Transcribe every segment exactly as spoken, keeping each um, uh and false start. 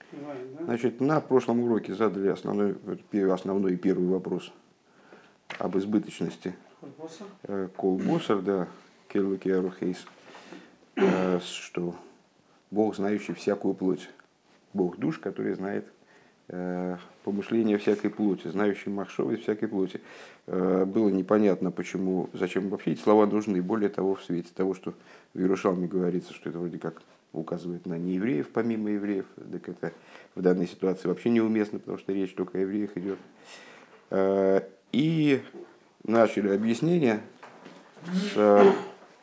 Значит, на прошлом уроке задали основной, основной и первый вопрос об избыточности колбосар, да, келукиарухейс, что Бог, знающий всякую плоть, Бог душ, который знает помышления всякой плоти, знающий махшов из всякой плоти. Было непонятно, почему, зачем вообще эти слова нужны. Более того, в свете того, что в Иерушалме говорится, что это вроде как указывает на неевреев, помимо евреев, так это в данной ситуации вообще неуместно, потому что речь только о евреях идет. И начали объяснение с,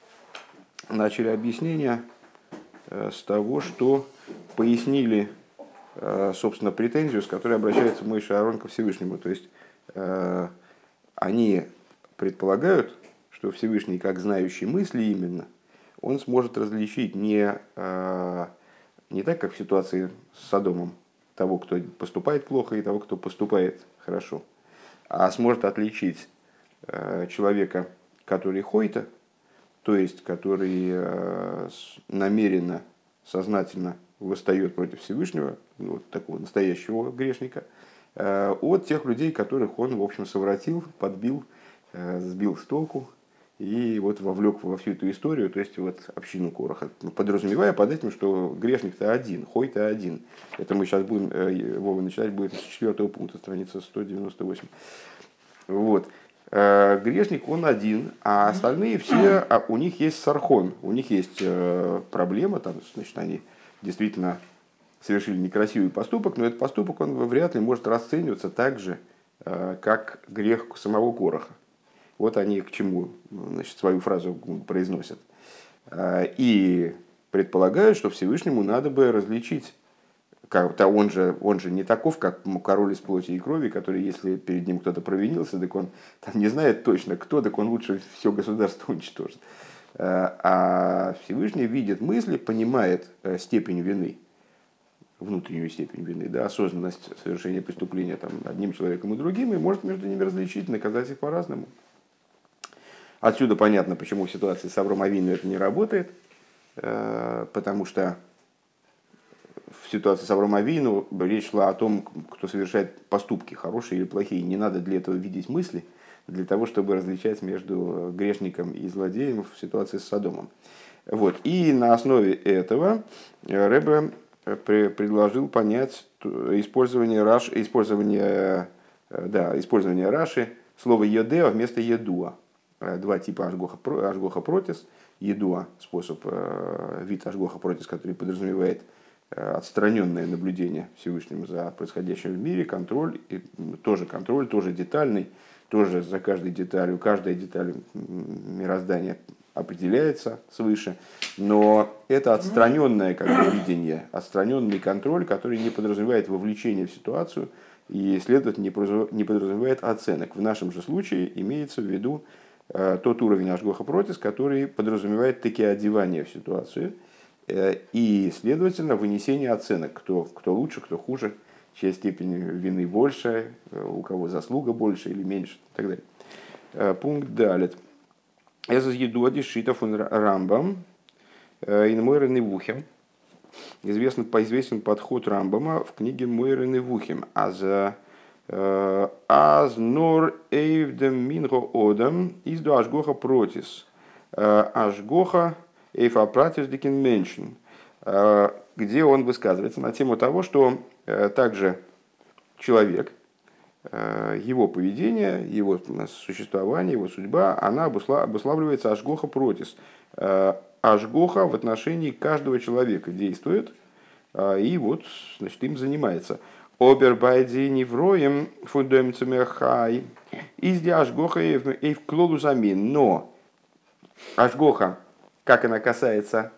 начали объяснение с того, что пояснили, собственно, претензию, с которой обращается Моше Аарон ко Всевышнему. То есть э, они предполагают, что Всевышний, как знающий мысли именно, он сможет различить не, э, не так, как в ситуации с Содомом, того, кто поступает плохо, и того, кто поступает хорошо, а сможет отличить э, человека, который хойта, то есть который э, намеренно, сознательно восстает против Всевышнего, вот такого настоящего грешника, от тех людей, которых он, в общем, совратил, подбил, сбил с толку и вот вовлек во всю эту историю, то есть вот общину Кораха, подразумевая под этим, что грешник-то один, хой-то один. Это мы сейчас будем, Вова, начинать будет с четвертого пункта, страница сто девяносто восемь. Вот. Грешник он один, а остальные все, а у них есть сархон, у них есть проблема, там, значит, они действительно совершили некрасивый поступок, но этот поступок он вряд ли может расцениваться так же, как грех самого Кораха. Вот они к чему, значит, свою фразу произносят. И предполагают, что Всевышнему надо бы различить, как-то он же, он же не таков, как король из плоти и крови, который, если перед ним кто-то провинился, так он там не знает точно кто, так он лучше все государство уничтожит. А Всевышний видит мысли, понимает степень вины, внутреннюю степень вины, да, осознанность совершения преступления там, одним человеком и другим, и может между ними различить, наказать их по-разному. Отсюда понятно, почему в ситуации с Авром Авину это не работает, потому что в ситуации с Авром Авину речь шла о том, кто совершает поступки, хорошие или плохие. Не надо для этого видеть мысли, для того, чтобы различать между грешником и злодеем в ситуации с Содомом. Вот. И на основе этого Ребе предложил понять использование, раш, использование, да, использование Раши, слова «едеа» вместо «едуа». Два типа ашгоха, ашгоха протис. Едуа – способ, вид ашгоха протис, который подразумевает отстраненное наблюдение Всевышним за происходящим в мире, контроль, и тоже контроль, тоже детальный, тоже за каждой деталью, каждая деталь мироздания определяется свыше, но это отстраненное как бы, видение, отстраненный контроль, который не подразумевает вовлечение в ситуацию и, следовательно, не подразумевает оценок. В нашем же случае имеется в виду э, тот уровень ашгоха протис, который подразумевает таки одевание в ситуацию э, и, следовательно, вынесение оценок, кто, кто лучше, кто хуже, чья степень вины больше, у кого заслуга больше или меньше и так далее. Э, пункт далее. Ez едуади шитов он Рамбам in Мойрен и Вухим. Известен, известен подход Рамбама в книге Мойрен и Вухим. Аз аз нор эйвдем минго одам из до ашгоха протис. Ашгоха эйфа пратис дикин меншин. Где он высказывается на тему того, что также человек, его поведение, его существование, его судьба, она обуславливается ашгоха протис. Ашгоха в отношении каждого человека действует и вот, значит, им занимается. Обербайди невроем фундаментумехай изди ашгоха и в клолу замин. Но ашгоха, как она касается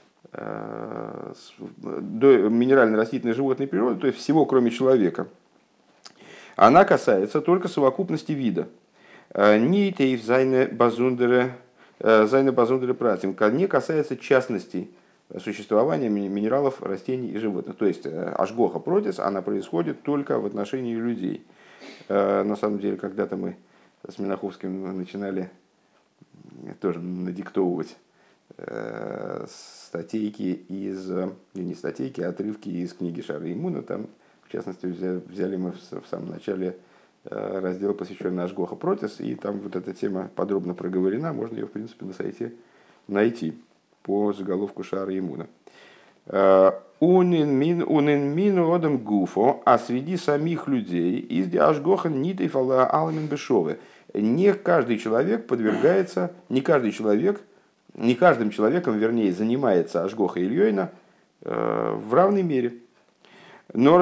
минерально-растительной животной природы, то есть всего, кроме человека, она касается только совокупности вида. Нитейв зайне базундере пратим, не касается частностей существования минералов, растений и животных. То есть ашгоха протис, она происходит только в отношении людей. На самом деле, когда-то мы с Минаховским начинали тоже надиктовывать статейки из, не статейки, а отрывки из книги Шара Имуна. Там, в частности, взяли, взяли мы в, в самом начале раздел, посвященный Ашгоха Протис, и там вот эта тема подробно проговорена, можно ее, в принципе, на сайте найти по заголовку Шара Имуна. Унин мин одам гуфо, а среди самих людей из Ашгохан нитей фала алмин бешовы. Не каждый человек подвергается, не каждый человек, не каждым человеком, вернее, занимается Ашгоха Ильёйна в равной мере. Но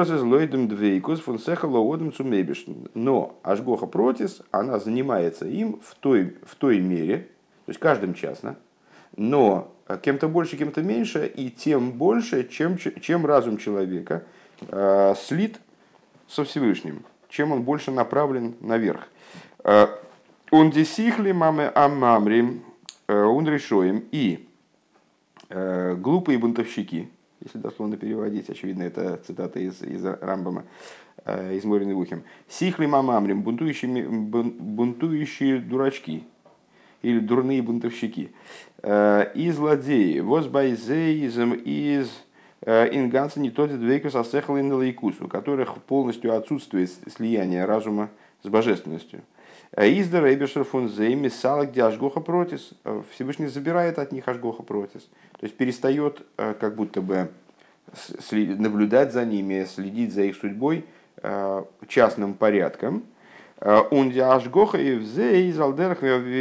Ашгоха Протис, она занимается им в той, в той мере, то есть каждым частно, но кем-то больше, кем-то меньше, и тем больше, чем, чем разум человека э, слит со Всевышним, чем он больше направлен наверх. Он десихли маме аммамри, он решоем, и э, глупые бунтовщики, если дословно переводить, очевидно, это цитата из, из Рамбама, э, из Морин Невухим. Сихли мамамрим, бунтующие, бунтующие дурачки, или дурные бунтовщики, э, и злодеи, возбайзеизм из инганса не тот двейкус асехал индалайкус, у которых полностью отсутствует слияние разума с божественностью. Издер Эйбешер фон Зейми Салак где Ашгоха Протис. Всевышний забирает от них Ашгоха Протис. То есть перестает как будто бы наблюдать за ними, следить за их судьбой частным порядком. Унди Ашгоха и Взей Залдерах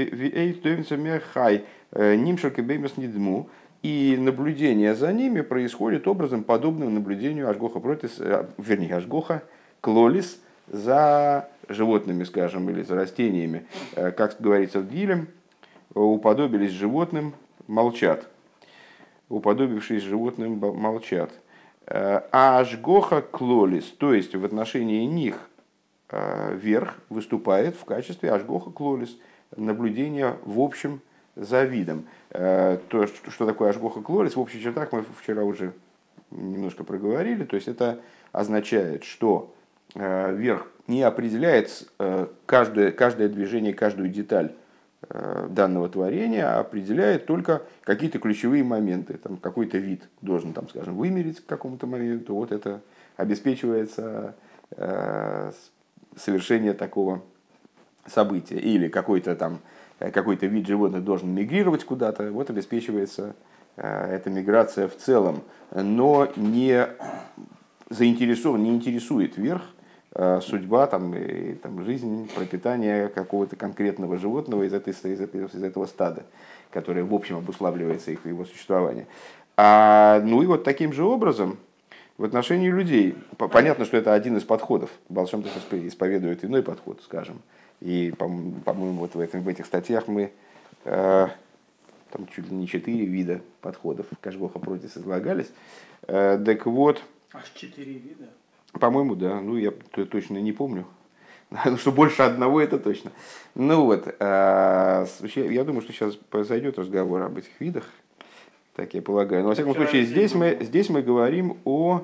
Хай Нимшак и Беймес Нидму. И наблюдение за ними происходит образом, подобным наблюдению Ашгоха Протис, вернее Ашгоха Клолис за животными, скажем, или за растениями, как говорится в Гилем, уподобились животным, молчат. Уподобившись животным, молчат. А Ашгоха Клолис, то есть в отношении них верх выступает в качестве Ашгоха Клолис, наблюдения в общем за видом. То, что такое Ашгоха Клолис, в общих чертах мы вчера уже немножко проговорили. То есть это означает, что верх не определяет каждое, каждое движение, каждую деталь данного творения, а определяет только какие-то ключевые моменты. Там какой-то вид должен, там, скажем, вымереть к какому-то моменту. Вот это обеспечивается совершение такого события. Или какой-то там какой-то вид животных должен мигрировать куда-то. Вот обеспечивается эта миграция в целом. Но не заинтересован, не интересует верх судьба, там, и, там, жизнь, пропитание какого-то конкретного животного из, этой, из, этой, из этого стада, которое в общем обуславливается их, его существование. А, ну и вот таким же образом в отношении людей, понятно, что это один из подходов, Баал Шем Тов исповедует иной подход, скажем, и, по-моему, вот в, этом, в этих статьях мы э, там чуть ли не четыре вида подходов к Ашгоха Протис излагались. Э, так вот... Аж четыре вида? По-моему, да. Ну, я точно не помню. Что больше одного, это точно. Ну вот, я думаю, что сейчас произойдет разговор об этих видах. Так я полагаю. Но, во всяком случае, здесь мы, здесь мы говорим о...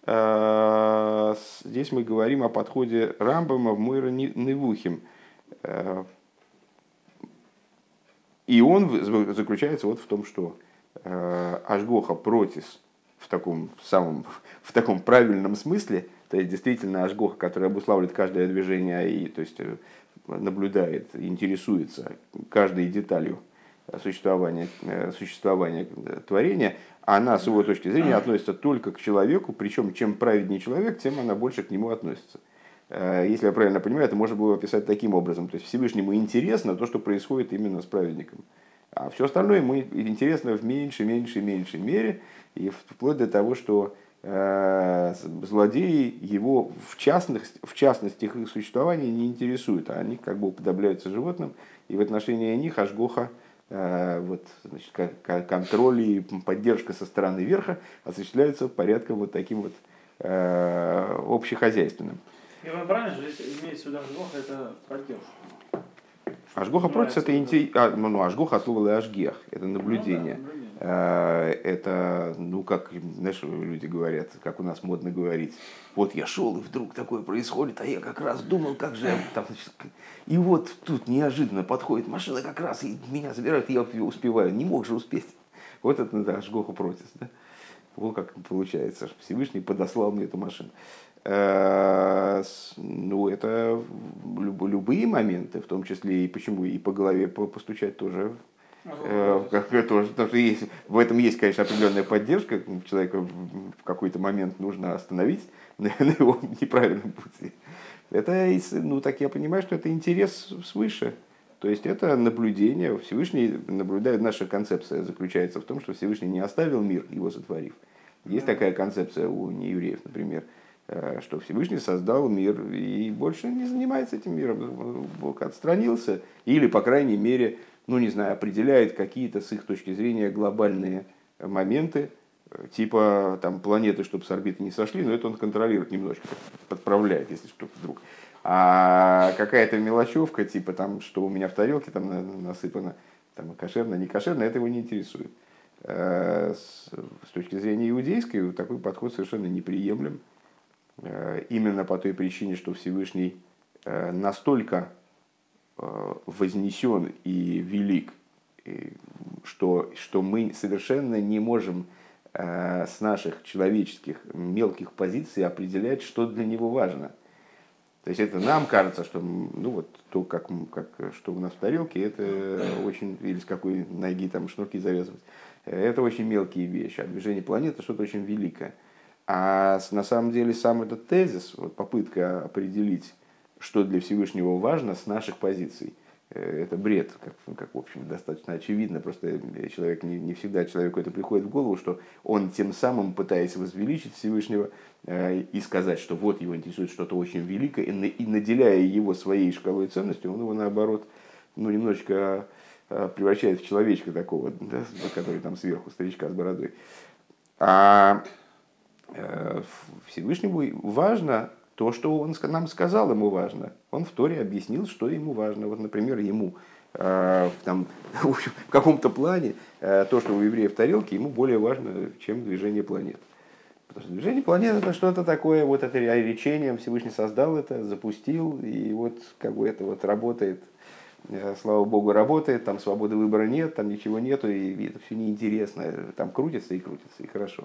Здесь мы говорим о подходе Рамбама в Мойра Невухим. И он заключается вот в том, что Ашгоха Протис в таком самом, в таком правильном смысле, то есть действительно Ашгоха, который обуславливает каждое движение и то есть наблюдает, интересуется каждой деталью существования, существования творения, она с его точки зрения относится только к человеку, причем чем праведнее человек, тем она больше к нему относится. Если я правильно понимаю, это можно было описать таким образом. То есть Всевышнему интересно то, что происходит именно с праведником. А все остальное ему интересно в меньшей, меньшей, меньшей мере. И вплоть до того, что э, злодеи его в, частных, в частности их существование не интересуют. А они как бы уподобляются животным. И в отношении них Ашгоха, э, вот, значит, как, контроль и поддержка со стороны верха осуществляются порядком вот таким вот э, общехозяйственным. И вы правильно же имеется в виду Ашгоха, это поддержка. Ашгоха Протис это инте... а, ну, ну, Ашгоха от слова Ашгех, это наблюдение. Ну, да, наблюдение. А, это, ну, как, знаешь, люди говорят, как у нас модно говорить, вот я шел, и вдруг такое происходит, а я как раз думал, как же... Там, значит, и вот тут неожиданно подходит машина как раз, и меня забирают, и я успеваю. Не мог же успеть. Вот это, да, Ашгоха Протис, да? Вот как получается, Всевышний подослал мне эту машину. Ну, это любые моменты, в том числе и почему и по голове постучать тоже. Тоже, потому что есть, в этом есть, конечно, определенная поддержка. Человека в какой-то момент нужно остановить на его неправильном пути. Это, ну, так я понимаю, что это интерес свыше. То есть это наблюдение. Всевышний наблюдает. Наша концепция заключается в том, что Всевышний не оставил мир, его сотворив. Есть такая концепция у неевреев, например, что Всевышний создал мир и больше не занимается этим миром. Бог отстранился или, по крайней мере, ну не знаю, определяет какие-то с их точки зрения глобальные моменты, типа там планеты, чтобы с орбиты не сошли, но это он контролирует немножко, подправляет, если что вдруг. А какая-то мелочевка, типа там, что у меня в тарелке там насыпано, там кошерно, не кошерно, это его не интересует. С точки зрения иудейской такой подход совершенно неприемлем. Именно по той причине, что Всевышний настолько вознесен и велик, что, что мы совершенно не можем с наших человеческих мелких позиций определять, что для него важно. То есть это нам кажется, что ну вот то, как, как, что у нас в тарелке, это очень, или с какой ноги там шнурки завязывать, это очень мелкие вещи, а движение планеты что-то очень великое. А на самом деле сам этот тезис, вот попытка определить, что для Всевышнего важно с наших позиций, это бред, как, как в общем, достаточно очевидно. Просто человек, не, не всегда человеку это приходит в голову, что он тем самым, пытаясь возвеличить Всевышнего э, и сказать, что вот его интересует что-то очень великое, и, и наделяя его своей шкалой ценности, он его наоборот ну, немножечко э, превращает в человечка такого, да, который там сверху, старичка с бородой. А э, Всевышнему важно то, что он нам сказал, ему важно. Он в Торе объяснил, что ему важно. Вот, например, ему э, там, в каком-то плане э, то, что у евреев в тарелке, ему более важно, чем движение планет. Потому что движение планет это что-то такое, вот это речением Всевышний создал это, запустил, и вот как бы это вот работает, э, слава Богу, работает, там свободы выбора нет, там ничего нету, и это все неинтересно, там крутится и крутится, и хорошо.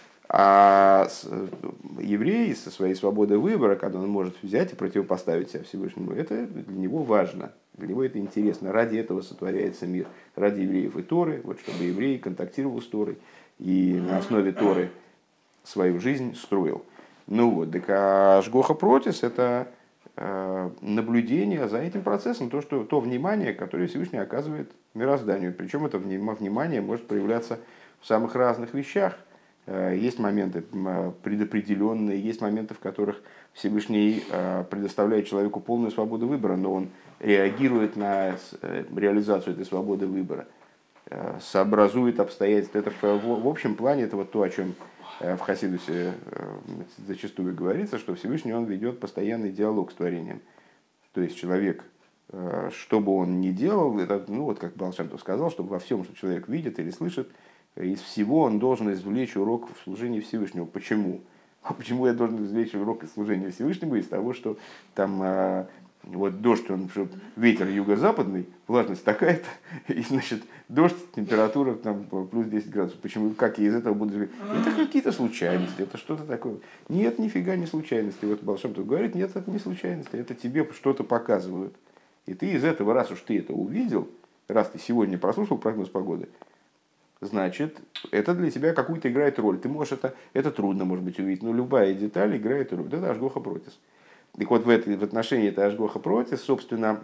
А еврей со своей свободой выбора, когда он может взять и противопоставить себя Всевышнему, это для него важно, для него это интересно. Ради этого сотворяется мир, ради евреев и Торы, вот, чтобы еврей контактировал с Торой и на основе Торы свою жизнь строил. Ну вот, так а Ашгоха Протис – это наблюдение за этим процессом, то, что, то внимание, которое Всевышний оказывает мирозданию. Причем это внимание может проявляться в самых разных вещах. Есть моменты предопределенные, есть моменты, в которых Всевышний предоставляет человеку полную свободу выбора, но он реагирует на реализацию этой свободы выбора, сообразует обстоятельства. Это в общем плане это вот то, о чем в Хасидусе зачастую говорится, что Всевышний он ведет постоянный диалог с творением. То есть человек, что бы он ни делал, это, ну вот как Баал Шем Тов сказал, что во всем, что человек видит или слышит, из всего он должен извлечь урок в служении Всевышнему. Почему? А почему я должен извлечь урок из служения Всевышнему из того, что там вот дождь, он, что ветер юго-западный, влажность такая-то, и значит дождь, температура там плюс десять градусов. Почему? Как я из этого буду извлечь? Это какие-то случайности, это что-то такое. Нет, нифига не случайности. Вот Баал Шем Тов говорит, нет, это не случайности, это тебе что-то показывают. И ты из этого, раз уж ты это увидел, раз ты сегодня прослушал прогноз погоды, значит, это для тебя какую-то играет роль. Ты можешь это, это трудно, может быть, увидеть, но любая деталь играет роль. Это Ашгоха Протис. Так вот, в, этой, в отношении этой Ашгоха Протис, собственно,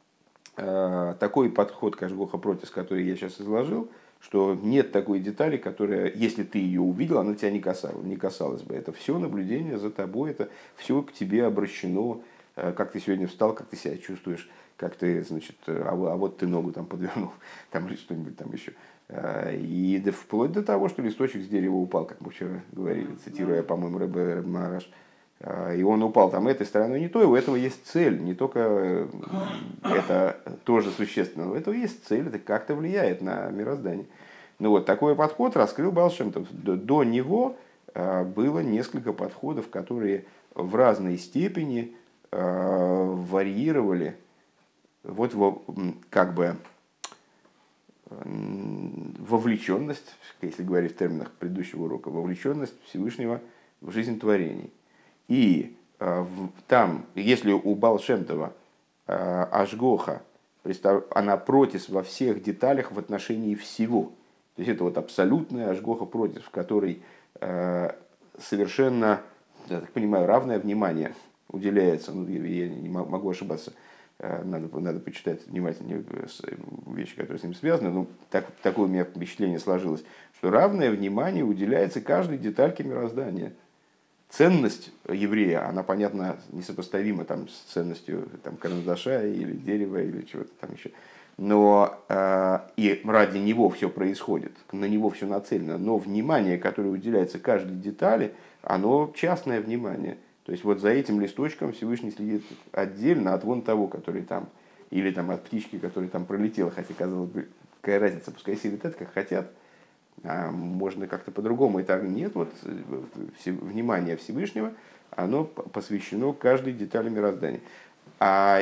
э, такой подход к Ашгоха Протис, который я сейчас изложил, что нет такой детали, которая, если ты ее увидел, она тебя не касалась, не касалась бы. Это все наблюдение за тобой, это все к тебе обращено, э, как ты сегодня встал, как ты себя чувствуешь, как ты, значит, а, а вот ты ногу там подвернул, там или что-нибудь там еще. И да, вплоть до того, что листочек с дерева упал, как мы вчера говорили, цитируя, по-моему, Ребе Ребе Мараш. И он упал там этой стороной, не то, и у этого есть цель, не только это тоже существенно, у этого есть цель, это как-то влияет на мироздание. Ну вот, такой подход раскрыл Баал Шем Тов. До, до него было несколько подходов, которые в разной степени варьировали, вот как бы вовлеченность, если говорить в терминах предыдущего урока, вовлеченность Всевышнего в жизнь творений. И там, если у Баал Шем Това ашгоха, она против во всех деталях в отношении всего. То есть это вот абсолютная ашгоха против, в которой совершенно, я так понимаю, равное внимание уделяется, ну, я не могу ошибаться, надо, надо почитать внимательнее вещи, которые с ним связаны, но так, такое у меня впечатление сложилось, что равное внимание уделяется каждой детальке мироздания. Ценность еврея, она, понятно, несопоставима там, с ценностью там, карандаша или дерева или чего-то там еще. Но э, и ради него все происходит, на него все нацелено. Но внимание, которое уделяется каждой детали, оно частное внимание. То есть вот за этим листочком Всевышний следит отдельно от вон того, который там, или там от птички, которая там пролетела, хотя, казалось бы, какая разница, пускай все летают, как хотят. А можно как-то по-другому. И так нет, вот внимание Всевышнего, оно посвящено каждой детали мироздания. А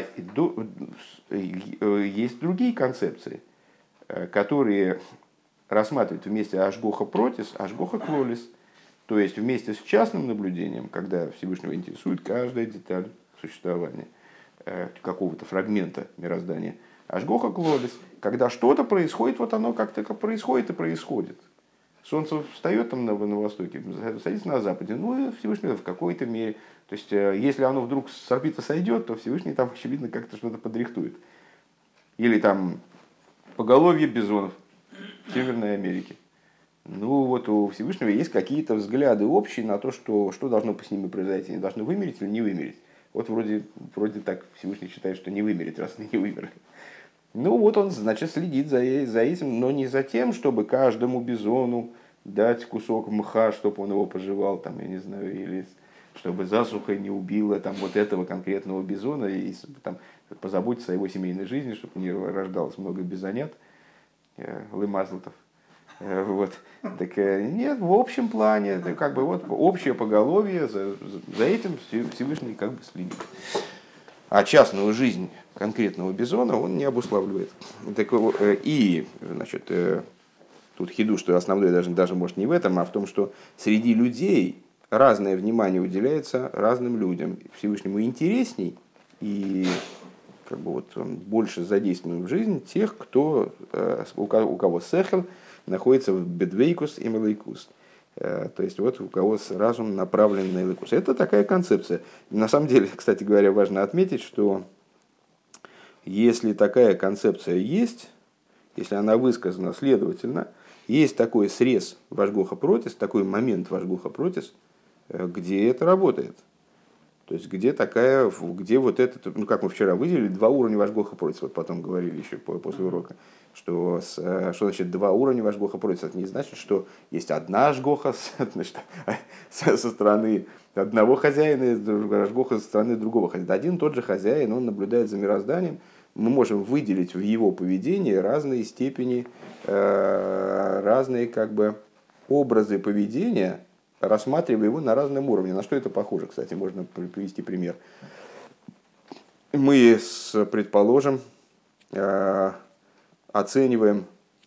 есть другие концепции, которые рассматривают вместе ашгоха протис, ашгоха клолис, то есть вместе с частным наблюдением, когда Всевышнего интересует каждая деталь существования какого-то фрагмента мироздания. Ашгоха клолис, когда что-то происходит, вот оно как-то происходит и происходит. Солнце встает там на, на востоке, садится на западе, ну и Всевышний в какой-то мере. То есть, если оно вдруг с орбиты сойдет, то Всевышний там, очевидно, как-то что-то подрихтует. Или там поголовье бизонов в Северной Америке. Ну вот у Всевышнего есть какие-то взгляды общие на то, что, что должно с ними произойти. Они должны вымереть или не вымереть. Вот вроде, вроде так Всевышний считает, что не вымереть, раз они не вымерли. Ну вот он, значит, следит за, за этим, но не за тем, чтобы каждому бизону дать кусок мха, чтобы он его пожевал, там, я не знаю, или чтобы засуха не убила там, вот этого конкретного бизона, и там, позаботиться о его семейной жизни, чтобы у него рождалось много бизонят, э, лымазлотов. Э, вот. Так нет, в общем плане, это как бы вот общее поголовье, за, за этим Всевышний как бы следит. А частную жизнь конкретного бизона он не обуславливает. Так, и, значит, тут хиду, что основное даже, даже может не в этом, а в том, что среди людей разное внимание уделяется разным людям. Всевышнему интересней и как бы вот он больше задействован в жизнь тех, кто, у кого сехел находится в бедвейкус и мелейкус. То есть вот у кого разум направлен на илыкус. Это такая концепция. На самом деле, кстати говоря, важно отметить, что если такая концепция есть, если она высказана следовательно, есть такой срез вашгоха протис, такой момент вашгоха протис, где это работает. То есть где такая, где вот это, ну как мы вчера выделили, два уровня вашгоха протис, вот потом говорили еще после урока, что, что значит два уровня вашгоха протис. Это не значит, что есть одна ашгоха значит, со стороны одного хозяина, и ашгоха со стороны другого хозяина. Один тот же хозяин, он наблюдает за мирозданием. Мы можем выделить в его поведении разные степени, разные как бы образы поведения, рассматривая его на разном уровне. На что это похоже, кстати, можно привести пример. Мы, предположим, оцениваем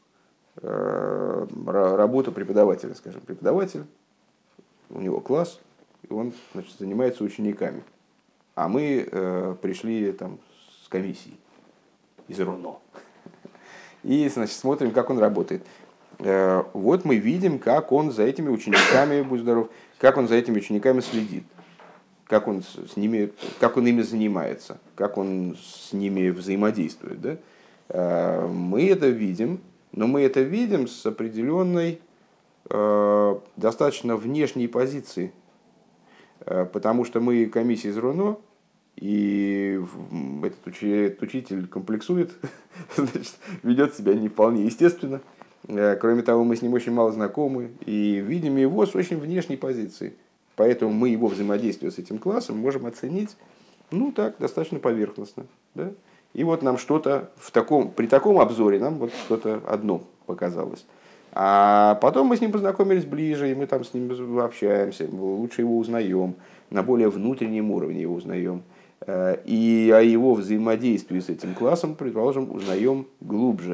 работу преподавателя. Скажем, преподаватель, у него класс, и он, значит, занимается учениками. А мы пришли там, с комиссией из РУНО. И, значит, смотрим, как он работает. Вот мы видим, как он за этими учениками, будь здоров, как он за этими учениками следит, как он, с ними, как он ими занимается, как он с ними взаимодействует. Да? Мы это видим, но мы это видим с определенной, достаточно внешней позиции, потому что мы комиссия из РУНО, и этот учитель комплексует, значит, ведет себя не вполне естественно. Кроме того, мы с ним очень мало знакомы и видим его с очень внешней позиции. Поэтому мы его взаимодействие с этим классом можем оценить, ну так, достаточно поверхностно. Да? И вот нам что-то в таком, при таком обзоре нам вот что-то одно показалось. А потом мы с ним познакомились ближе, и мы там с ним общаемся, лучше его узнаем, на более внутреннем уровне его узнаем. И о его взаимодействии с этим классом, предположим, узнаем глубже.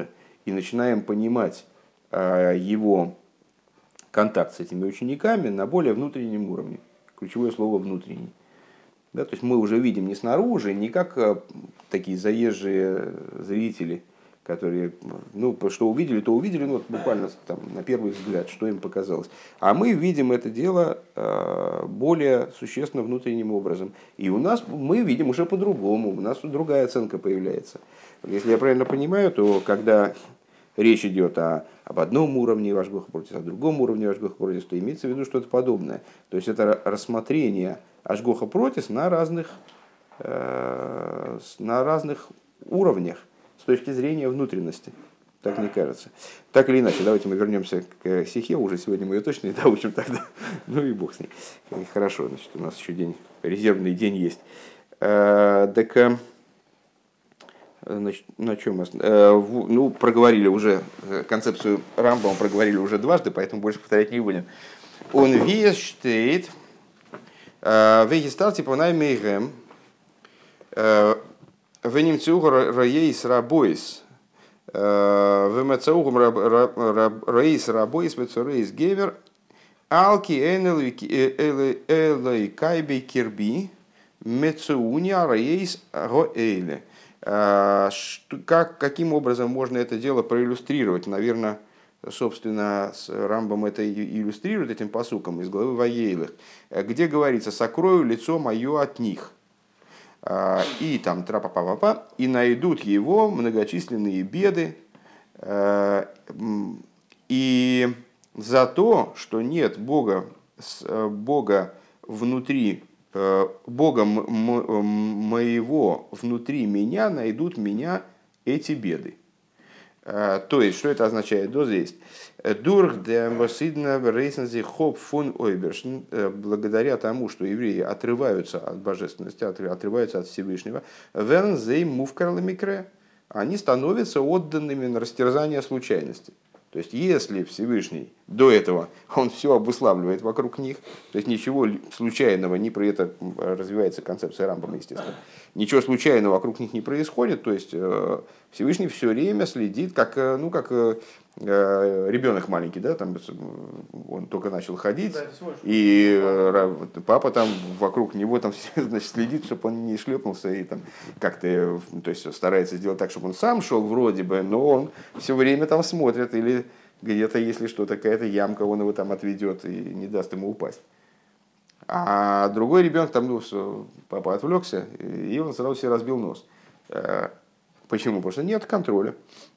и начинаем понимать его контакт с этими учениками на более внутреннем уровне. Ключевое слово «внутренний». Да, то есть мы уже видим не снаружи, не как такие заезжие зрители, которые, ну, что увидели, то увидели, ну, вот буквально там, на первый взгляд, что им показалось. А мы видим это дело более существенно внутренним образом. И у нас, мы видим уже по-другому, у нас другая оценка появляется. Если я правильно понимаю, то когда речь идет о, об одном уровне Ашгоха Протис, о другом уровне Ашгоха Протис, то имеется в виду что-то подобное. То есть это рассмотрение Ашгоха Протис на разных, э, на разных уровнях с точки зрения внутренности. Так мне кажется. Так или иначе, давайте мы вернемся к сихе. Уже сегодня мы ее точно не доучим тогда. Ну и бог с ней. Хорошо, значит, у нас еще день, резервный день есть. Э, так... Значит, на чем мы? Ну, проговорили уже концепцию Рамбама, проговорили уже дважды, поэтому больше повторять не будем. Он весь штейт, вехи стал типа наймейгем, венимцугу раейс рабойс, вемецаугум раейс рабойс, вецурейс гевер, алки элэй кайбей кирби, мецауня раейс гоэйле. Как, каким образом можно это дело проиллюстрировать? Наверное, собственно, с Рамбом это иллюстрирует этим пасуком из главы Ваейлых, где говорится: «Сокрою лицо мое от них». И там тра-па-па-па-па, и найдут его многочисленные беды, и за то, что нет Бога, Бога внутри, Бога моего внутри меня найдут меня эти беды. То есть, что это означает? До здесь. Дурх де мосидна рейсензи хоп фун ойбершн, благодаря тому, что евреи отрываются от божественности, отрываются от Всевышнего, верн зей мувкарла микре, они становятся отданными на растерзание случайности. То есть, если Всевышний до этого, он все обуславливает вокруг них, то есть ничего случайного, не про это развивается концепция Рамбама, естественно, ничего случайного вокруг них не происходит, то есть Всевышний все время следит, как, ну, как ребенок маленький, да, там, он только начал ходить, и папа там вокруг него там, значит, следит, чтобы он не шлепнулся, и там как-то, то есть старается сделать так, чтобы он сам шел вроде бы, но он все время там смотрит, или где-то, если что, какая-то ямка, он его там отведет и не даст ему упасть. А другой ребенок там, ну, папа отвлекся, и он сразу себе разбил нос. Почему? Потому что нет контроля.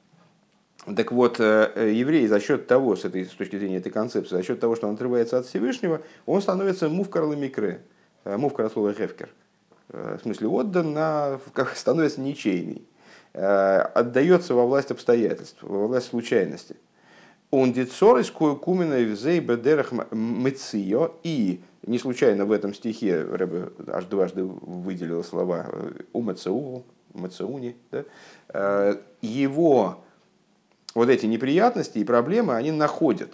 Так вот, еврей за счет того, с, этой, с точки зрения этой концепции, за счет того, что он отрывается от Всевышнего, он становится мувкар ламикре, мувкар от слова гефкер, в смысле отдан, на, как становится ничейный, отдается во власть обстоятельств, во власть случайности. Он дицорис кумина взей бедерах мецио, и не случайно в этом стихе Ребе аж дважды выделил слова умецеу, умецеуни, да? Его вот эти неприятности и проблемы они находят.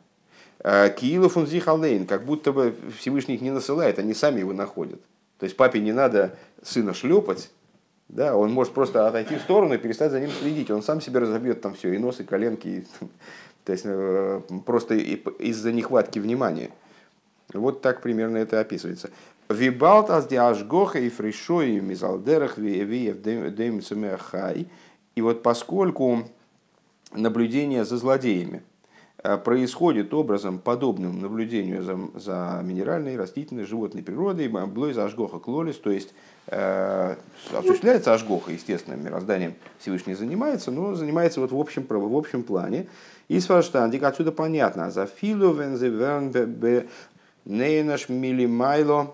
Киилов он зихалейн, как будто бы Всевышний их не насылает, они сами его находят. То есть папе не надо сына шлепать, да, он может просто отойти в сторону и перестать за ним следить. Он сам себе разобьет там все, и нос, и коленки, и, то есть просто из-за нехватки внимания. Вот так примерно это описывается. Вибалтас диашгоха и фришой мизалдерах виев демцемехай. И вот поскольку наблюдение за злодеями происходит образом, подобным наблюдению за, за минеральной, растительной, животной природой, блой за ашгоха клолис, то есть э, осуществляется ашгоха, естественно, мирозданием Всевышний занимается, но занимается вот в общем, в общем плане. И сваштандик отсюда понятно. За филу вензеверн бе нейнаш милимайло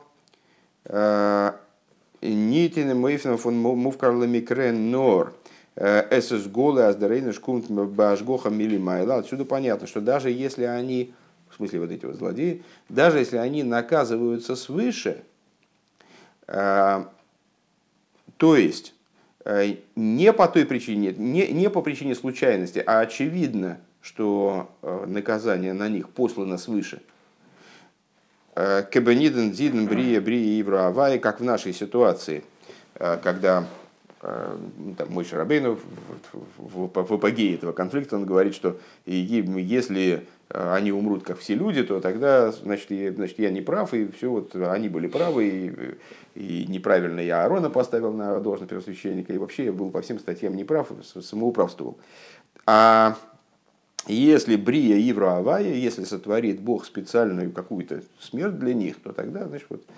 нитин мейфен фон мувкарламикрен нор. Эсэс голы аздарейнаш кунт башгоха милимайла. Отсюда понятно, что даже если они, в смысле вот эти вот злодеи, даже если они наказываются свыше, то есть не по той причине, не, не по причине случайности, а очевидно, что наказание на них послано свыше. Кебениден, Диден, Брия, Брия, Ивра, Авай, как в нашей ситуации, когда там, Мойше Рабейну в, в, в апогее этого конфликта он говорит, что если они умрут, как все люди, то тогда, значит, я, значит, я не прав, и все, вот они были правы, и, и неправильно я Аарона поставил на должность первосвященника, и вообще я был по всем статьям неправ, самоуправствовал. А если Брия Ивра Авая, если сотворит Бог специальную какую-то смерть для них, то тогда, значит, вот...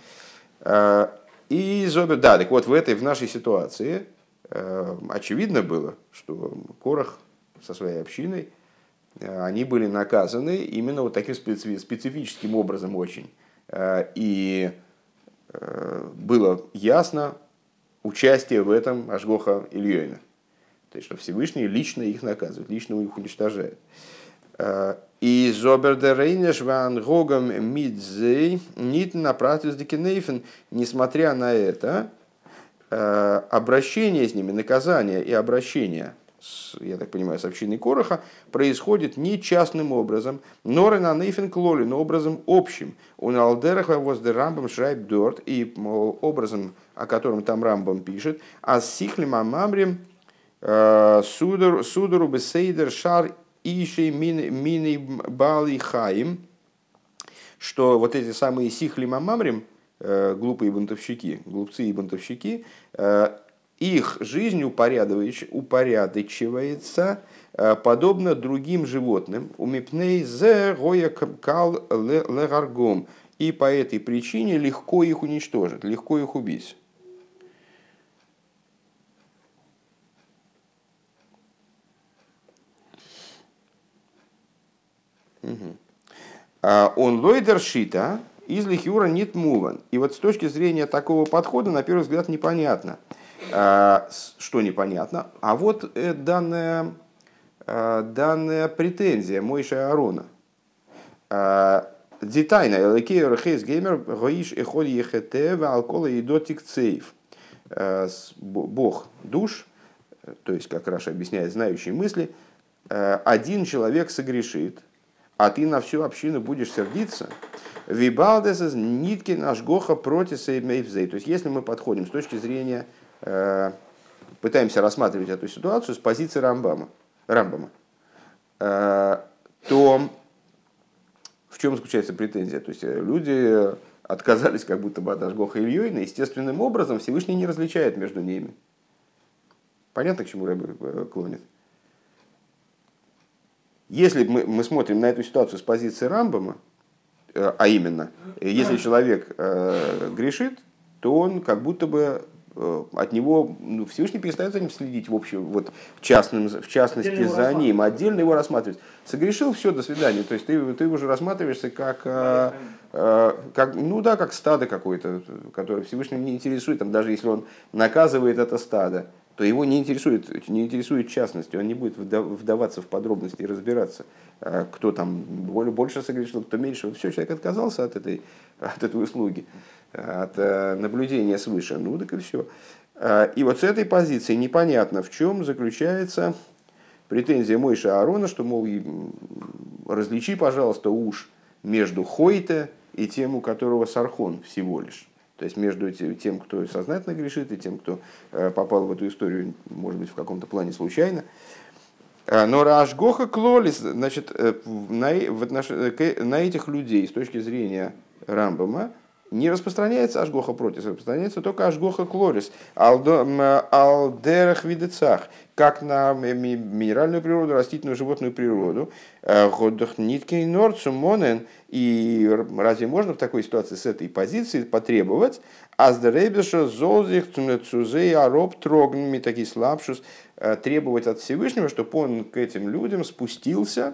И Зобер, да, так вот в этой, в нашей ситуации очевидно было, что Корах со своей общиной, они были наказаны именно вот таким специфическим образом очень. И было ясно участие в этом Ашгоха Ильёйна. То есть, что Всевышний лично их наказывает, лично их уничтожает. И Зобер де Рейнеш ван Гогом Мидзей нит на пратис декенейфен, несмотря на это, обращение с ними, наказание и обращение, с, я так понимаю, с общиной Кораха происходит не частным образом, но на нейфен клоли, но образом общим. У Алдераха возде Рамбам шрайб дорт, и образом, о котором там Рамбам пишет, а с сихлим амамрим судару бесейдер шар иши мини бали хаим, что вот эти самые сихлим амамрим, глупые бунтовщики, глупцы и бунтовщики, их жизнь упорядочивается подобно другим животным, умипней зе гоя кал легаргом, и по этой причине легко их уничтожить, легко их убить. Он лойдершита из лихюра нет муван. И вот с точки зрения такого подхода, на первый взгляд, непонятно. Что непонятно? А вот данная, данная претензия Мойше Аарона. Детайна элакеер хейс геймер гоиш эход ехете валкола и дотик цейв. Бог душ, то есть, как Раша объясняет, знающий мысли, один человек согрешит, а ты на всю общину будешь сердиться. Вибалдес из нитки наш гоха против сеймейвзей. То есть, если мы подходим с точки зрения, э, пытаемся рассматривать эту ситуацию с позиции Рамбама, Рамбама э, то в чем заключается претензия? То есть, люди отказались как будто бы от Ашгоха Ильёйна, естественным образом Всевышний не различает между ними. Понятно, к чему Рэбе клонит? Если мы, мы смотрим на эту ситуацию с позиции Рамбама, а именно, если человек э, грешит, то он как будто бы э, от него, ну, Всевышний перестает за ним следить в общем, вот, в, частном, в частности за ним, отдельно его рассматривать. Согрешил, все, до свидания. То есть ты, ты уже рассматриваешься как, э, э, как, ну да, как стадо какое-то, которое Всевышним не интересует, там, даже если он наказывает это стадо, то его не интересует, не интересует частности, он не будет вдаваться в подробности и разбираться, кто там больше согрешил, кто меньше. Все, человек отказался от этой, от этой услуги, от наблюдения свыше. Ну, так и все. И вот с этой позиции непонятно, в чем заключается претензия Мойше Аарона, что, мол, различи, пожалуйста, уж между Хойте и тем, у которого Сархон всего лишь. То есть между тем, кто сознательно грешит, и тем, кто попал в эту историю, может быть, в каком-то плане случайно. Но Рашгоха Клолис, значит, на, на этих людей с точки зрения Рамбама не распространяется Ашгоха Протис, распространяется только Ашгоха Клорис, Алдерах Видецах, как на минеральную природу, растительную, животную природу. И разве можно в такой ситуации с этой позиции потребовать Аздеребеша Золзих Цузей Ароб Трогнми такие слабшус, требовать от Всевышнего, чтобы он к этим людям спустился,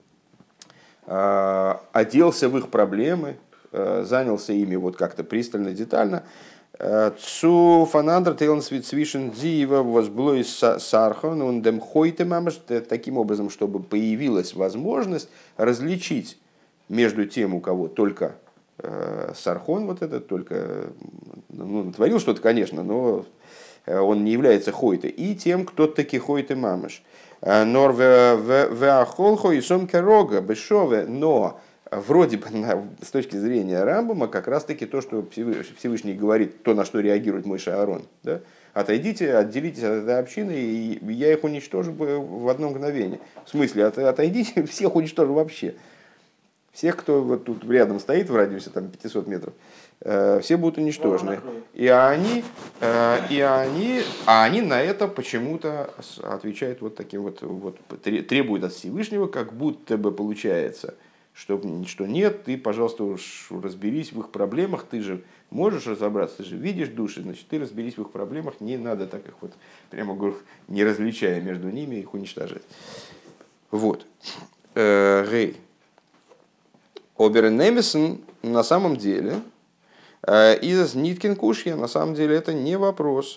оделся в их проблемы, занялся ими вот как-то пристально, детально. Цу фанандр тейлн свишен дзиева возблой сархон он дем хойте мамаш, таким образом, чтобы появилась возможность различить между тем, у кого только сархон, вот этот, только, ну, натворил что-то, конечно, но он не является хойте, и тем, кто таки хойте мамаш. Нор веахолхо и сомке рога бешове, но вроде бы с точки зрения Рамбама как раз таки то, что Всевышний говорит, то, на что реагирует Мойше Аарон, да? отойдите, отделитесь от этой общины, и я их уничтожу в одно мгновение. В смысле, от, отойдите, всех уничтожу вообще. Всех, кто вот тут рядом стоит в радиусе там, пятьсот метров, э, все будут уничтожены. И они, э, и они, а они на это почему-то отвечают вот таким вот, вот, требуют от Всевышнего, как будто бы получается, что, что нет, ты, пожалуйста, уж разберись в их проблемах, ты же можешь разобраться, ты же видишь души, значит, ты разберись в их проблемах, не надо так их вот, прямо говорю, не различая между ними, их уничтожать. Вот. Гей. Обернемесен на самом деле, из Ниткин Кушья, на самом деле это не вопрос.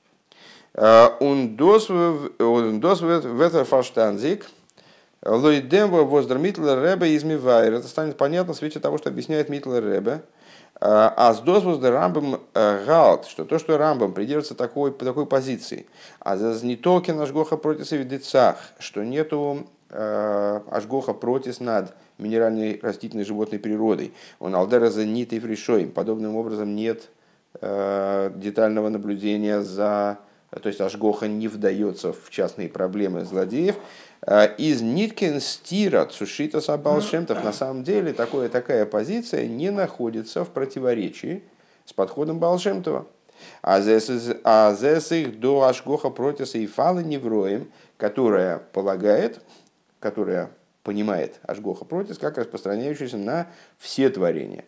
Он досвет ветерфаштанзик, лойдемво воздер Митлер Ребе из Мивайр. Это станет понятно в свете того, что объясняет Митлер Ребе. А с досвоздер Рамбам галт, что то, что Рамбам придерживается такой, такой позиции, а за знитоки наш гоха против ведецах, что нету ашгоха против над минеральной, растительной, животной природой. Он алдераза нит и фришой. Подобным образом нет э, детального наблюдения за... То есть ашгоха не вдается в частные проблемы злодеев. Из ниткин стира цушита сабалшемтов. На самом деле такое, такая позиция не находится в противоречии с подходом Балшемтова. А зес их до ашгоха против и фалы невроем, которая полагает, которая понимает ашгоха протис как распространяющийся на все творения.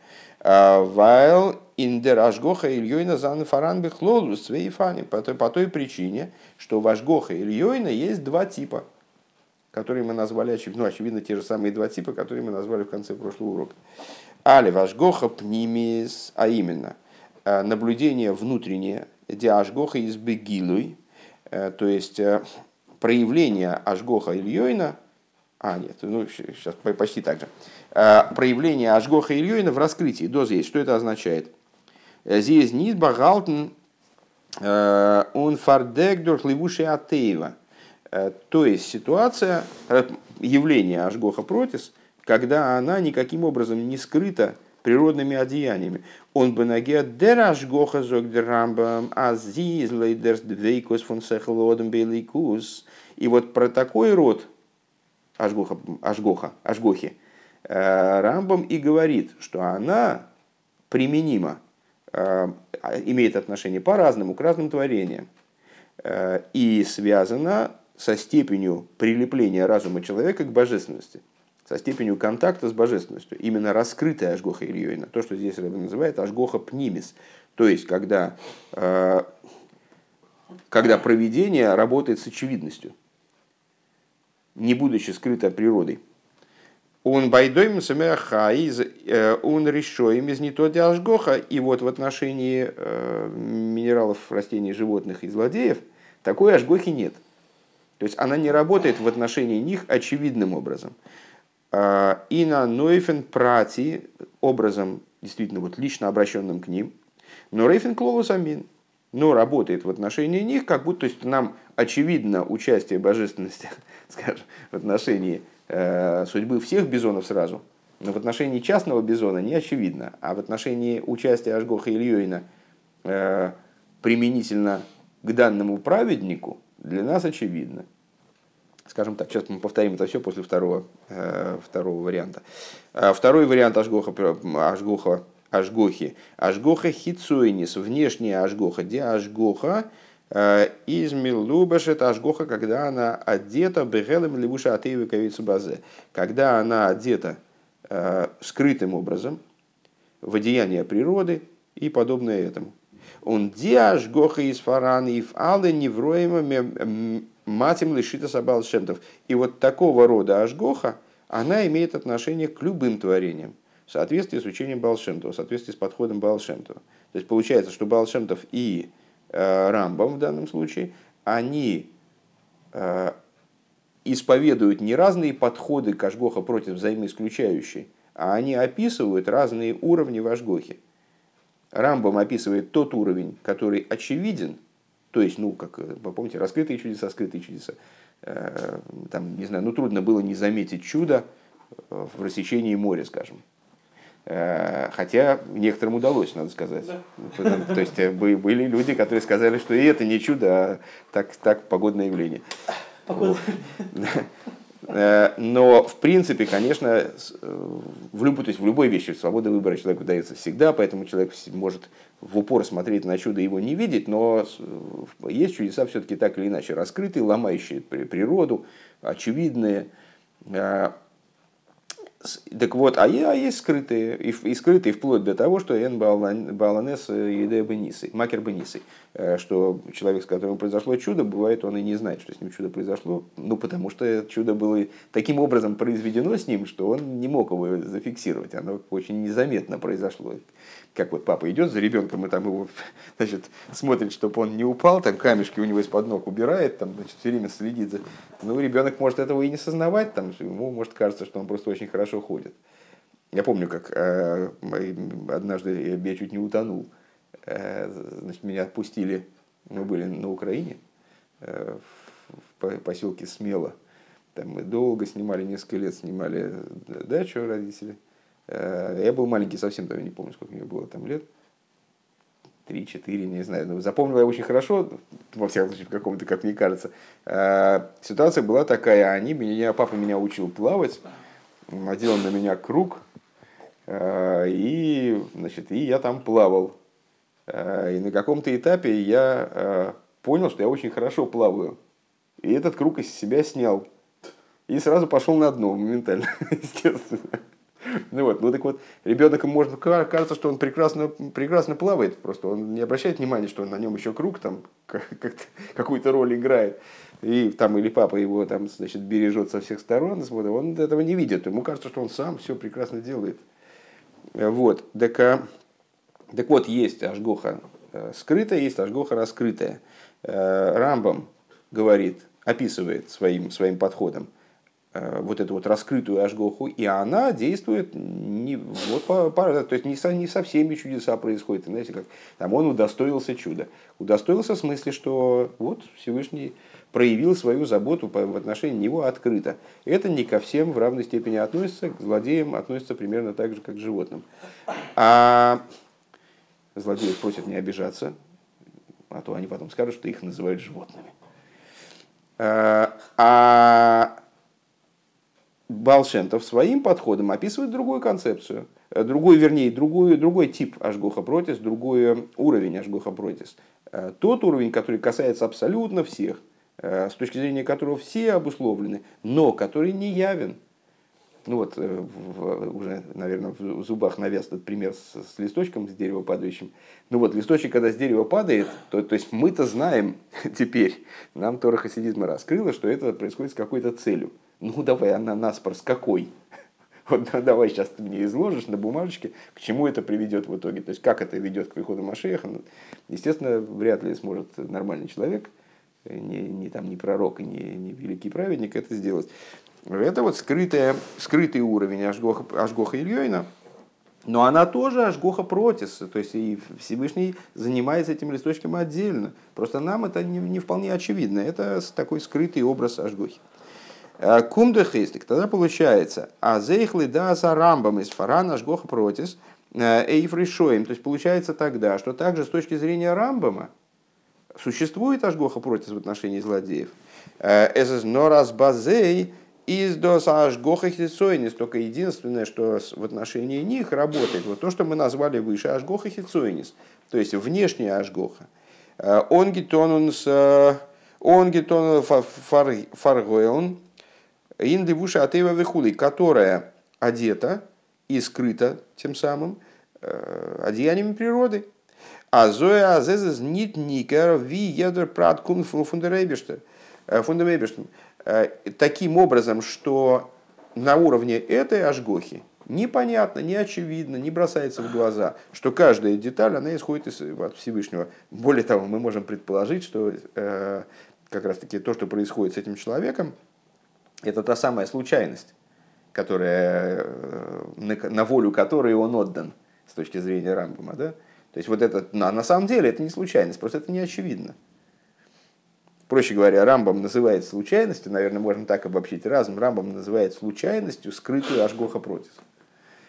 Вайл индер ашгоха ильёйна зан фаран бихлолус свейфани. По той, по той причине, что в ашгоха ильёйна есть два типа, которые мы назвали, ну, очевидно, те же самые два типа, которые мы назвали в конце прошлого урока. Али ашгоха пнимис, а именно наблюдение внутреннее, где ашгоха из бегилуй, то есть проявление ашгоха ильёйна. А, нет, ну сейчас почти так же. Проявление ашгоха ильёйна в раскрытии, доза есть. Что это означает? Здесь нит багалтен он фардек durch левуши атеева. То есть ситуация, явление ашгоха протис, когда она никаким образом не скрыта природными одеяниями. Он бы наге дер ашгоха зог дер рамбам азиз лейдерс двейкус фон сехлодом бейликус. И вот про такой род Ашгоха, ашгоха, ашгохи, Рамбам и говорит, что она применима, имеет отношение по-разному к разным творениям и связана со степенью прилепления разума человека к божественности, со степенью контакта с божественностью. Именно раскрытая ашгоха ильёйна, то, что здесь Рэбе называет ашгоха пнимис, то есть когда, когда провидение работает с очевидностью, не будучи скрыто природой. Он байдойм самяхаиз, он решоем из не то ашгоха. И вот в отношении минералов, растений, животных и злодеев такой ашгохи нет. То есть она не работает в отношении них очевидным образом. И на нойфен прати, образом действительно вот лично обращенным к ним, но рейфен кловус амин. Но работает в отношении них, как будто, то есть нам очевидно участие божественности, скажем, в отношении э, судьбы всех бизонов сразу, но в отношении частного бизона не очевидно, а в отношении участия ашгоха ильёйна э, применительно к данному праведнику для нас очевидно. Скажем так, сейчас мы повторим это все после второго, э, второго варианта. Второй вариант ашгоха, ашгоха ашгохи. Ашгоха хицуинис, внешняя ашгоха, где ашгоха из милубаш, это ашгоха, когда она одета бегелем левуша атеева кавицу базе, когда она одета э, скрытым образом в одеяние природы и подобное этому. Он ди ашгоха из фаран и в але невроема матим лишита сабал шемтов. И вот такого рода ашгоха, она имеет отношение к любым творениям, в соответствии с учением Баал Шем Това, в соответствии с подходом Баал Шем Това. То есть получается, что Баал Шем Тов и э, Рамбам в данном случае, они э, исповедуют не разные подходы к ашгоха против взаимоисключающие, а они описывают разные уровни в ашгохе. Рамбам описывает тот уровень, который очевиден, то есть, ну, как вы помните, раскрытые чудеса, скрытые чудеса. Э, там, не знаю, ну трудно было не заметить чудо в рассечении моря, скажем. Хотя некоторым удалось, надо сказать. Да. То есть были люди, которые сказали, что и это не чудо, а так, так погодное явление. Вот. Но, в принципе, конечно, в, любой, то есть в любой вещи свобода выбора человеку дается всегда, поэтому человек может в упор смотреть на чудо и его не видеть, но есть чудеса все-таки так или иначе раскрытые, ломающие природу, очевидные. Так вот, а есть скрытые, и скрытые вплоть до того, что эн баланес едея бенисой, макер бенисой, что человек, с которым произошло чудо, бывает, он и не знает, что с ним чудо произошло, ну, потому что чудо было таким образом произведено с ним, что он не мог его зафиксировать, оно очень незаметно произошло. Как вот папа идет за ребенком и там его, значит, смотрит, чтобы он не упал, там камешки у него из-под ног убирает, там, значит, все время следит за... Ну, ребенок может этого и не сознавать, там, ему может кажется, что он просто очень хорошо ходит. Я помню, как э, однажды я чуть не утонул. Э, значит, меня отпустили, мы были на Украине, э, в поселке Смело. Там мы долго снимали, несколько лет снимали дачу родители. Я был маленький совсем, я не помню, сколько мне было там лет. Три-четыре, не знаю. Но запомнил я очень хорошо, во всяком случае, в каком-то, как мне кажется. Ситуация была такая, они меня, папа меня учил плавать, надел на меня круг, и, значит, и я там плавал. И на каком-то этапе я понял, что я очень хорошо плаваю. И этот круг из себя снял. И сразу пошел на дно моментально, естественно. Ну вот, ну так вот, ребенок, может, кажется, что он прекрасно, прекрасно плавает, просто он не обращает внимания, что на нем еще круг там какую-то роль играет, и там или папа его там, значит, бережет со всех сторон, он этого не видит, ему кажется, что он сам все прекрасно делает. Вот, так, так вот, есть ашгоха скрытая, есть ашгоха раскрытая. Рамбам говорит, описывает своим, своим подходом вот эту вот раскрытую ашгоху, и она действует не, вот, по, по, то есть не со, не со всеми чудеса происходят. Знаете, как там он удостоился чуда. Удостоился в смысле, что вот Всевышний проявил свою заботу по, в отношении него открыто. Это не ко всем в равной степени относится, к злодеям относится примерно так же, как к животным. А злодеев просят не обижаться, а то они потом скажут, что их называют животными. А Баал Шем Тов своим подходом описывает другую концепцию, другой, вернее, другой, другой тип ашгоха протис, другой уровень ашгоха протис. Тот уровень, который касается абсолютно всех, с точки зрения которого все обусловлены, но который не явен. Ну вот, в, уже, наверное, в зубах навяз этот пример с, с листочком с дерева падающим. Ну вот, листочек, когда с дерева падает, то, то есть мы-то знаем теперь, нам Тора хасидизма раскрыла, что это происходит с какой-то целью. Ну давай, она наспор с какой? Вот давай сейчас ты мне изложишь на бумажечке, к чему это приведет в итоге. То есть как это ведет к приходу Машиаха. Естественно, вряд ли сможет нормальный человек, не, не, там, не пророк и не, не великий праведник это сделать. Это вот скрытая, скрытый уровень Ашгоха, Ашгоха Ильёйна, но она тоже Ашгоха Протис, то есть и Всевышний занимается этим листочком отдельно. Просто нам это не, не вполне очевидно. Это такой скрытый образ Ашгохи. Кумда хейстик, тогда получается, а зейхлы да за рамбам из фарана Ашгоха Протис, эйфришоем, то есть получается тогда, что также с точки зрения Рамбама существует Ашгоха Протис в отношении злодеев. Эзэс норас базей из дос ашгоха хитсойнис, только единственное, что в отношении них работает, вот то, что мы назвали выше, ашгоха хитсойнис, то есть внешняя ашгоха. Он гитонунс, он гитон фаргоэн, индивуша атева вихули, которая одета и скрыта тем самым одеяниями природы. А зоя азезес нит никер ви едер прат кун фундерейбештер. Таким образом, что на уровне этой ашгохи непонятно, не очевидно, не бросается в глаза, что каждая деталь, она исходит из, от Всевышнего. Более того, мы можем предположить, что э, как раз таки то, что происходит с этим человеком, это та самая случайность, которая, на, на волю которой он отдан с точки зрения Рамбама. Да? То есть вот это, на, на самом деле это не случайность, просто это не очевидно. Проще говоря, Рамбам называет случайностью, наверное, можно так обобщить разум, Рамбам называет случайностью скрытую ашгоха протис.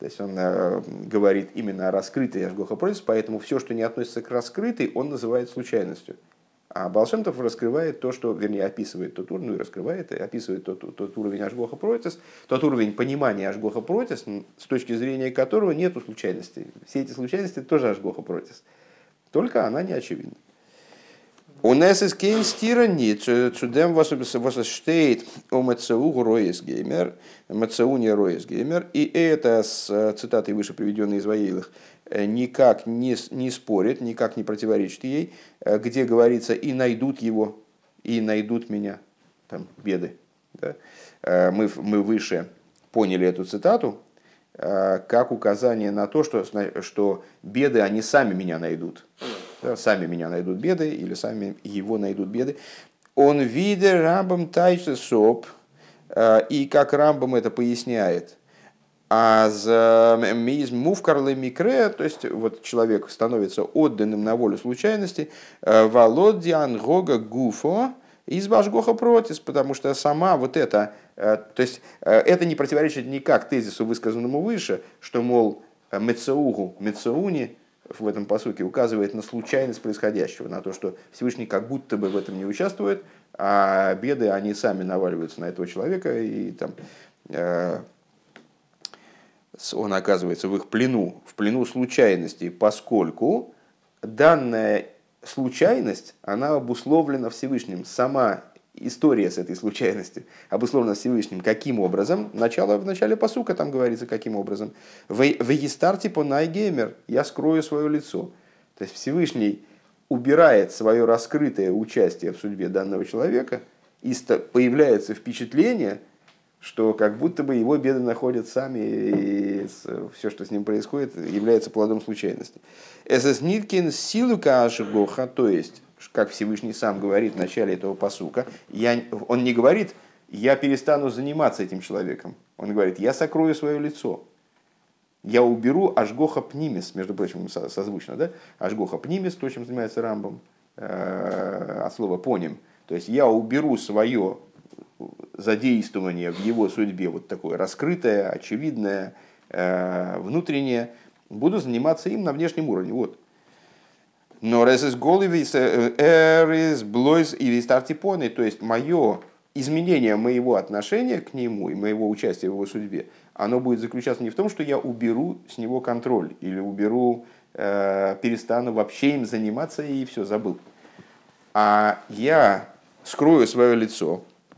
То есть он э, говорит именно о раскрытой Ашгоха Протис, поэтому все, что не относится к раскрытой, он называет случайностью. А Баал Шем Тов раскрывает то, что, вернее, описывает тот уровень, ну и раскрывает, и описывает тот, тот уровень Ашгоха Протис, тот уровень понимания Ашгоха Протис, с точки зрения которого нету случайностей. Все эти случайности тоже Ашгоха Протис, только она не очевидна. У нас есть кейн стирани, цудем вас штейт о мацаугу роес геймер, мацауни роес геймер, и это с цитатой выше приведенной из Ваейлых никак не, не спорит, никак не противоречит ей, где говорится и найдут его, и найдут меня, там беды. Да? Мы, мы выше поняли эту цитату как указание на то, что, что беды они сами меня найдут. Да, сами меня найдут беды, или сами его найдут беды. Он видит Рамбам тайче соп, и как Рамбам это поясняет, а за мувкарлы микре, то есть вот человек становится отданным на волю случайности, володьян гога гуфо из Ашгоха Протис, потому что сама вот это, то есть это не противоречит никак тезису, высказанному выше, что, мол, мецаугу, мецауни, в этом пасуке указывает на случайность происходящего, на то, что Всевышний как будто бы в этом не участвует, а беды, они сами наваливаются на этого человека, и там, э, он оказывается в их плену, в плену случайностей, поскольку данная случайность, она обусловлена Всевышним. Сама история с этой случайностью обусловлена Всевышним. Каким образом? Начало, в начале пасука там говорится, каким образом. В естарте по найгеймер, я скрою свое лицо. То есть Всевышний убирает свое раскрытое участие в судьбе данного человека, и появляется впечатление, что как будто бы его беды находят сами, и все, что с ним происходит, является плодом случайности. Эсэс ниткин силука ашгоха, то есть, как Всевышний сам говорит в начале этого пасука, я, он не говорит, я перестану заниматься этим человеком. Он говорит, я сокрою свое лицо. Я уберу ашгоха пнимис, между прочим, созвучно, да? Ашгоха пнимис, то, чем занимается Рамбам, от слова поним. То есть я уберу свое задействование в его судьбе, вот такое раскрытое, очевидное, внутреннее, буду заниматься им на внешнем уровне. Вот. Но резес головис эрис блойс и стартипоны, то есть мое изменение моего отношения к нему и моего участия в его судьбе, оно будет заключаться не в том, что я уберу с него контроль или уберу, э, перестану вообще им заниматься и все, забыл. А я скрою свое лицо,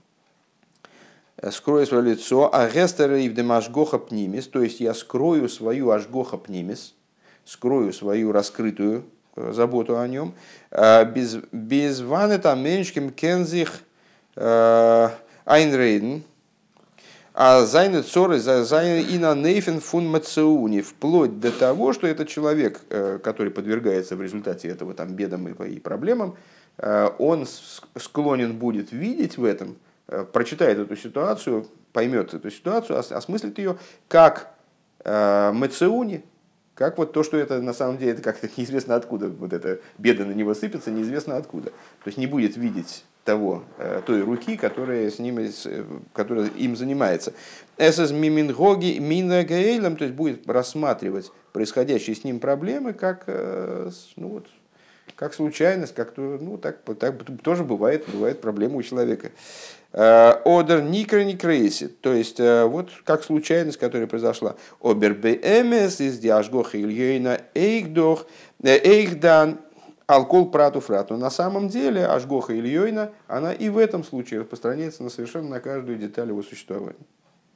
скрою свое лицо, а гестеры и в демашгоха пнимис, то есть я скрою свою ашгоха пнимис, скрою свою раскрытую заботу о нем, без, без ваны там меньшим кензих айнрейден, а зайны цоры зайны и на нейфен фун мацеуни, вплоть до того, что этот человек, который подвергается в результате этого там бедам и проблемам, он склонен будет видеть в этом, прочитает эту ситуацию, поймет эту ситуацию, осмыслит ее как мацеуни, как вот то, что это на самом деле это как-то неизвестно откуда, вот эта беда на него сыпется, неизвестно откуда. То есть не будет видеть того, той руки, которая, с ним, которая им занимается. Эсэс мимингоги минагаэлем, то есть будет рассматривать происходящие с ним проблемы как, ну вот, как случайность, как то, ну, так, так тоже бывает, бывает проблема у человека. Одер никра не крейсит, то есть вот как случайность, которая произошла. Обер бмс из диашгоха ильейна эйхдох эйхдан алкол прату фрату. На самом деле ашгоха ильейна, она и в этом случае распространяется на совершенно на каждую деталь его существования.